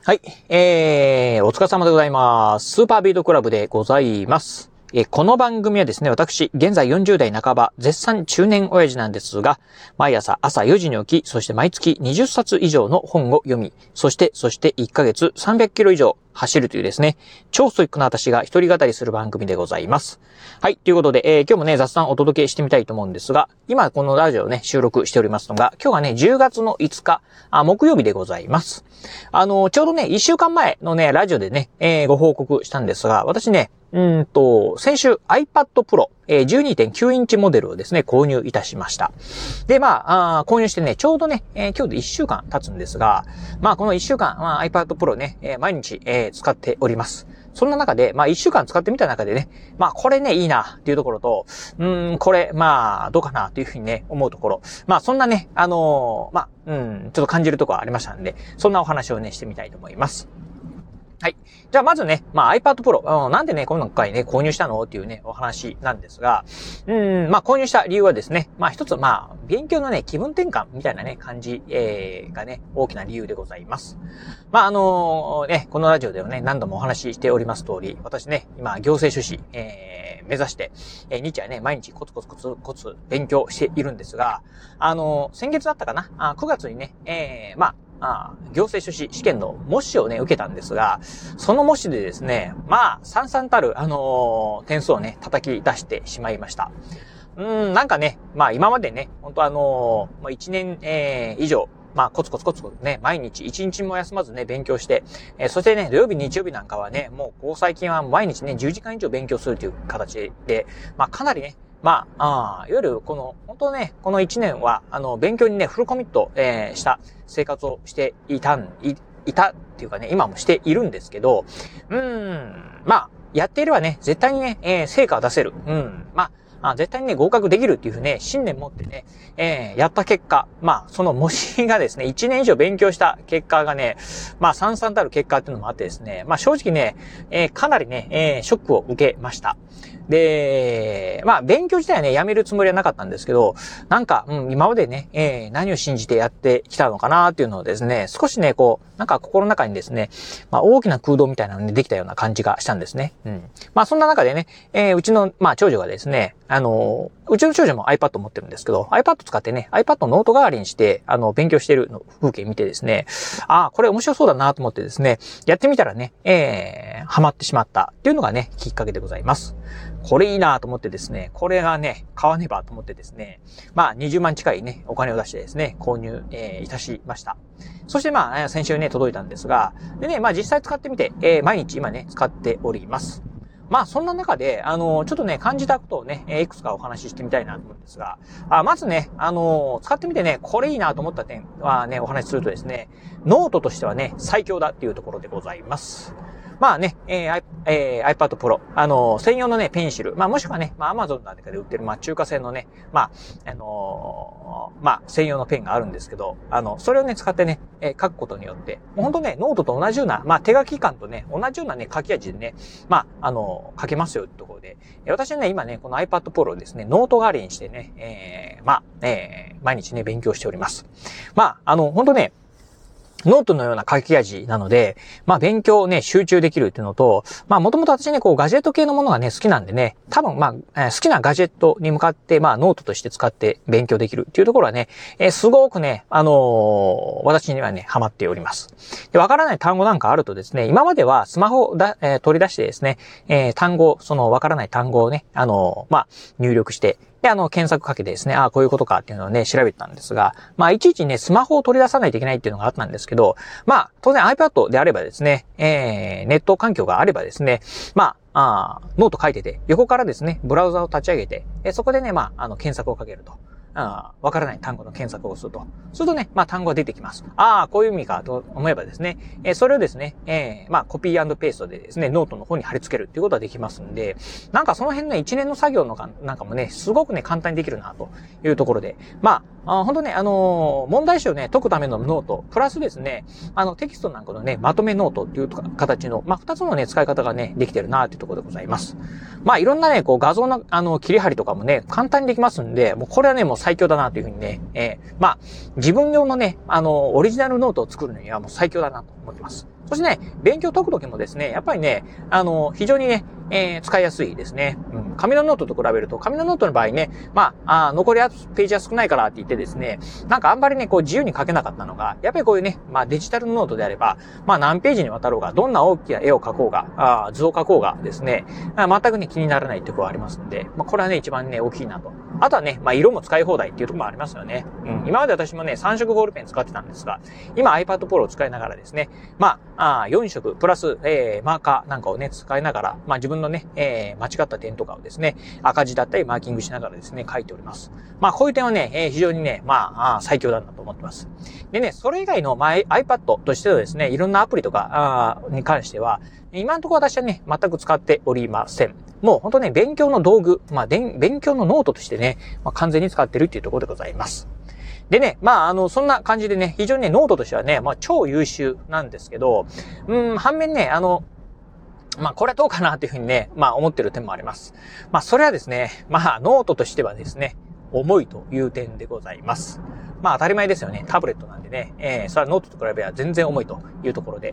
はい。お疲れ様でございます。スーパービートクラブでございます。この番組はですね、私、現在40代半ば、絶賛中年親父なんですが、毎朝4時に起き、そして毎月20冊以上の本を読み、そして1ヶ月300キロ以上走るというですね、超ストイックな私が一人語りする番組でございます。はい、ということで、今日もね、雑談をお届けしてみたいと思うんですが、今このラジオをね、収録しておりますのが、今日はね、10月の5日、木曜日でございます。ちょうどね、1週間前のね、ラジオでね、ご報告したんですが、私ね、先週 iPad Pro、12.9 インチモデルをですね、購入いたしました。で、購入してね、ちょうどね、今日で1週間経つんですが、この1週間、iPad Pro ね、毎日、使っております。そんな中で、1週間使ってみた中でね、これね、いいな、っていうところと、これ、どうかな、というふうにね、思うところ。そんなね、ちょっと感じるところありましたんで、そんなお話をね、してみたいと思います。はい。じゃあまずね、iPad Pro、なんでね、今回ね、購入したのっていうね、お話なんですが、購入した理由はですね、一つ、勉強のね、気分転換みたいなね、感じ、がね、大きな理由でございます。このラジオではね、何度もお話ししております通り、私ね、今、行政書士、目指して、日夜ね、毎日コツ勉強しているんですが、先月だったかな、9月にね、行政書士試験の模試をね、受けたんですが、その模試でですね、さんさんたる、点数をね、叩き出してしまいました。なんかね、今までね、本当1年、以上、コツコツね、毎日1日も休まずね、勉強して、そしてね、土曜日、日曜日なんかはね、もうここ最近は毎日ね、10時間以上勉強するという形で、かなりね、いわゆる本当ね、この1年は、勉強にね、フルコミット、した生活をしていたっていうかね、今もしているんですけど、やっていればね、絶対にね、成果を出せる。絶対にね、合格できるっていうふうね、信念持ってね、やった結果、その模試がですね、1年以上勉強した結果がね、さんさんたる結果っていうのもあってですね、正直ね、かなりね、ショックを受けました。で、勉強自体はね、やめるつもりはなかったんですけど、なんか、今までね、何を信じてやってきたのかなっていうのをですね、少しね、なんか心の中にですね、大きな空洞みたいなのにできたような感じがしたんですね。そんな中でね、うちの、長女がですね、うちの長女も iPad 持ってるんですけど、iPad 使ってね、iPad ノート代わりにして、勉強してるの風景見てですね、これ面白そうだなと思ってですね、やってみたらね、ハマってしまったっていうのがね、きっかけでございます。これいいなと思ってですね、これがね、買わねばと思ってですね、20万近いね、お金を出してですね、購入、いたしました。そして先週ね、届いたんですが、でね、実際使ってみて、毎日今ね、使っております。そんな中で、ちょっとね、感じたことをね、いくつかお話ししてみたいなと思うんですが、まずね、使ってみてね、これいいなと思った点はね、お話しするとですね、ノートとしてはね、最強だっていうところでございます。iPad Pro、専用のね、ペンシル、もしくはね、Amazon なんかで売ってる、中華製のね、専用のペンがあるんですけど、それをね、使ってね、書くことによって、本当ね、ノートと同じような、手書き感とね、同じようなね、書き味でね、書けますよってところで、私はね、今ね、この iPad Pro をですね、ノート代わりにしてね、毎日ね、勉強しております。本当ね、ノートのような書き味なので、勉強をね、集中できるっていうのと、もともと私ね、ガジェット系のものがね、好きなんでね、多分好きなガジェットに向かって、ノートとして使って勉強できるっていうところはね、すごくね、私にはね、ハマっております。で、わからない単語なんかあるとですね、今まではスマホを取り出してですね、わからない単語をね、入力して、で、検索かけてですね、こういうことかっていうのをね、調べてたんですが、いちいちね、スマホを取り出さないといけないっていうのがあったんですけど、当然 iPad であればですね、ネット環境があればですね、ノート書いてて、横からですね、ブラウザを立ち上げて、そこでね、検索をかけると。わからない単語の検索をすると。するとね、単語が出てきます。こういう意味かと思えばですね、それをですね、コピー&ペーストでですね、ノートの方に貼り付けるっていうことができますんで、なんかその辺ね、一連の作業のなんかもね、すごくね、簡単にできるなというところで、 本当ね、問題集をね、解くためのノート、プラスですね、テキストなんかのね、まとめノートっていう形の、二つのね、使い方がね、できてるなっていうところでございます。いろんなね、こう画像の、切り張りとかもね、簡単にできますんで、もうこれはね、もう最強だなというふうにね、自分用のね、オリジナルノートを作るにはもう最強だなと思ってます。そしてね、勉強解くときもですね、やっぱりね、非常にね、使いやすいですね。紙のノートと比べると、紙のノートの場合ね、残りページは少ないからって言ってですね、なんかあんまりね、こう自由に書けなかったのが、やっぱりこういうね、デジタルノートであれば、何ページにわたろうが、どんな大きな絵を描こうが、図を描こうがですね、全くね、気にならないっていうところがありますんで、これはね、一番ね、大きいなと。あとはね、色も使い放題っていうところもありますよね。今まで私もね、3色ボールペン使ってたんですが、今 iPad Pro を使いながらですね、4色プラス、マーカーなんかをね、使いながら、自分のね、間違った点とかをですね、赤字だったりマーキングしながらですね、書いております。こういう点はね、非常にね、最強だなと思ってます。でね、それ以外の、iPad としてはですね、いろんなアプリとか、に関しては、今のところ私はね、全く使っておりません。もう本当ね、勉強の道具、勉強のノートとしてね、完全に使ってるっていうところでございます。でね、そんな感じでね、非常にね、ノートとしてはね、超優秀なんですけど、反面ね、これはどうかなというふうにね、思ってる点もあります。それはですね、ノートとしてはですね、重いという点でございます。当たり前ですよね。タブレットなんでね、それはノートと比べれば全然重いというところで。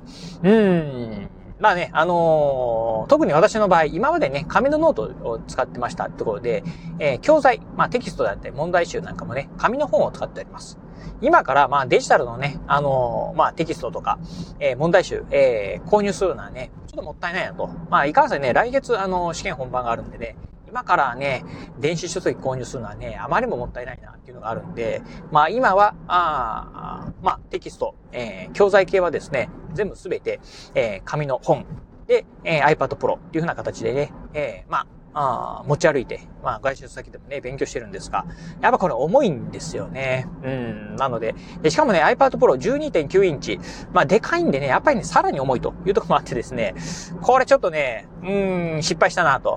特に私の場合、今までね、紙のノートを使ってましたってところで、教材、テキストだったり問題集なんかもね、紙の本を使っております。今から、デジタルのね、テキストとか、問題集、購入するのはね、ちょっともったいないなと。いかんせんね、来月、試験本番があるんでね、今からね、電子書籍購入するのはね、あまりももったいないなっていうのがあるんで、今は、テキスト、教材系はですね、全部すべて、紙の本で、iPad Pro っていう風な形でね、持ち歩いて、外出先でもね、勉強してるんですが、やっぱこれ重いんですよね。なので、しかもね、iPad Pro 12.9 インチ、でかいんでね、やっぱりね、さらに重いというところもあってですね、これちょっとね、失敗したなと。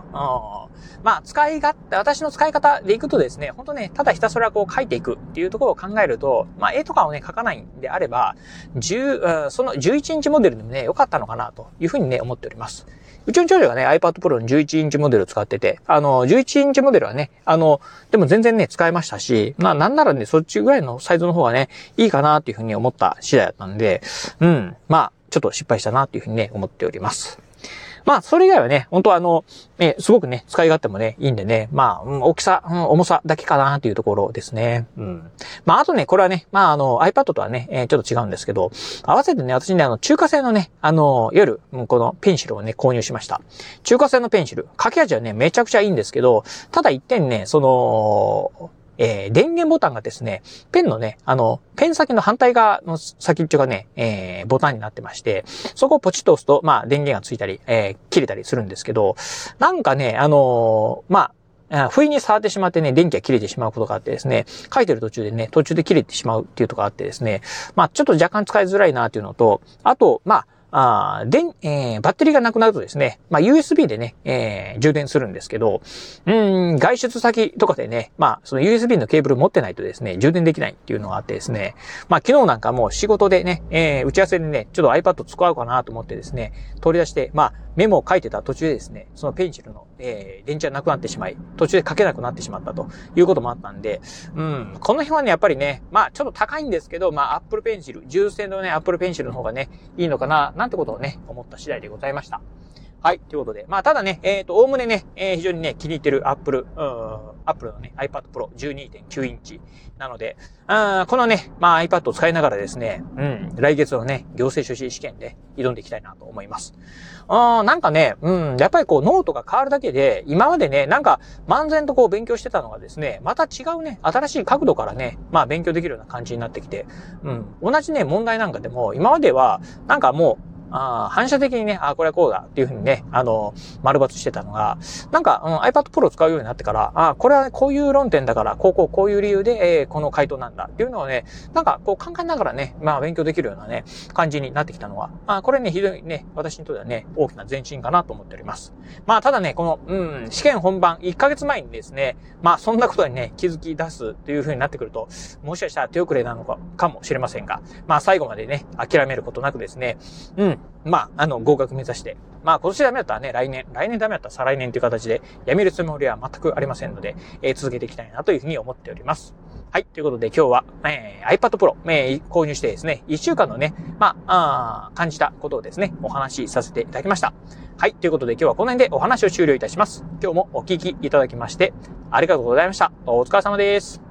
私の使い方でいくとですね、ほんとね、ただひたすらこう書いていくっていうところを考えると、絵とかをね、描かないんであれば、その11インチモデルでもね、良かったのかなというふうにね、思っております。うちの長女がね、iPad Pro の11インチモデルを使ってて、11インチモデルはね、でも全然ね、使えましたし、なんならね、そっちぐらいのサイズの方がね、いいかなっていうふうに思った次第だったんで、ちょっと失敗したなっていうふうにね、思っております。それ以外はね、本当すごくね、使い勝手もね、いいんでね、大きさ、重さだけかなっていうところですね。あとね、これはね、iPad とはね、ちょっと違うんですけど、合わせてね、私ね、中華製のね、いわゆる、このペンシルをね、購入しました。中華製のペンシル。書き味はね、めちゃくちゃいいんですけど、ただ一点ね、電源ボタンがですね、ペンのね、ペン先の反対側の先っちょがね、ボタンになってまして、そこをポチッと押すと、電源がついたり、切れたりするんですけど、なんかね、不意に触ってしまってね、電気が切れてしまうことがあってですね、書いてる途中でね、途中で切れてしまうっていうところがあってですね、ちょっと若干使いづらいなっていうのと、あと、バッテリーがなくなるとですね、USB でね、充電するんですけど、外出先とかでね、その USB のケーブル持ってないとですね、充電できないっていうのがあってですね、昨日なんかもう仕事でね、打ち合わせでね、ちょっと iPad 使おうかなと思ってですね、取り出して、メモを書いてた途中でですね、そのペンシルの、電池がなくなってしまい、途中で書けなくなってしまったということもあったんで、この辺はね、やっぱりね、ちょっと高いんですけど、Apple Pencil、純正のね、Apple Pencil の方がね、いいのかな、なんてことをね、思った次第でございました。はい、ということで。ただね、おおむねね、非常にね、気に入ってるApple のね、iPad Pro 12.9 インチ。なので、このね、iPad を使いながらですね、来月のね、行政書士試験で挑んでいきたいなと思います。なんかね、やっぱりこう、ノートが変わるだけで、今までね、なんか、漫然とこう、勉強してたのがですね、また違うね、新しい角度からね、勉強できるような感じになってきて、同じね、問題なんかでも、今までは、なんかもう、 反射的にね、これはこうだっていうふうにね、丸抜してたのが、なんか、iPad Pro を使うようになってから、これは、ね、こういう論点だから、こういう理由で、この回答なんだっていうのをね、なんか、こう考えながらね、勉強できるようなね、感じになってきたのは、これね、非常にね、私にとってはね、大きな前進かなと思っております。ただね、この、試験本番1ヶ月前にですね、そんなことにね、気づき出すという風になってくると、もしかしたら手遅れなのかもしれませんが、最後までね、諦めることなくですね、合格目指して、今年ダメだったらね、来年ダメだったら再来年という形で、やめるつもりは全くありませんので、続けていきたいなというふうに思っております。はい。ということで今日は、iPad Pro、購入してですね、1週間のね、感じたことをですね、お話しさせていただきました。はい。ということで今日はこの辺でお話を終了いたします。今日もお聞きいただきまして、ありがとうございました。お疲れ様です。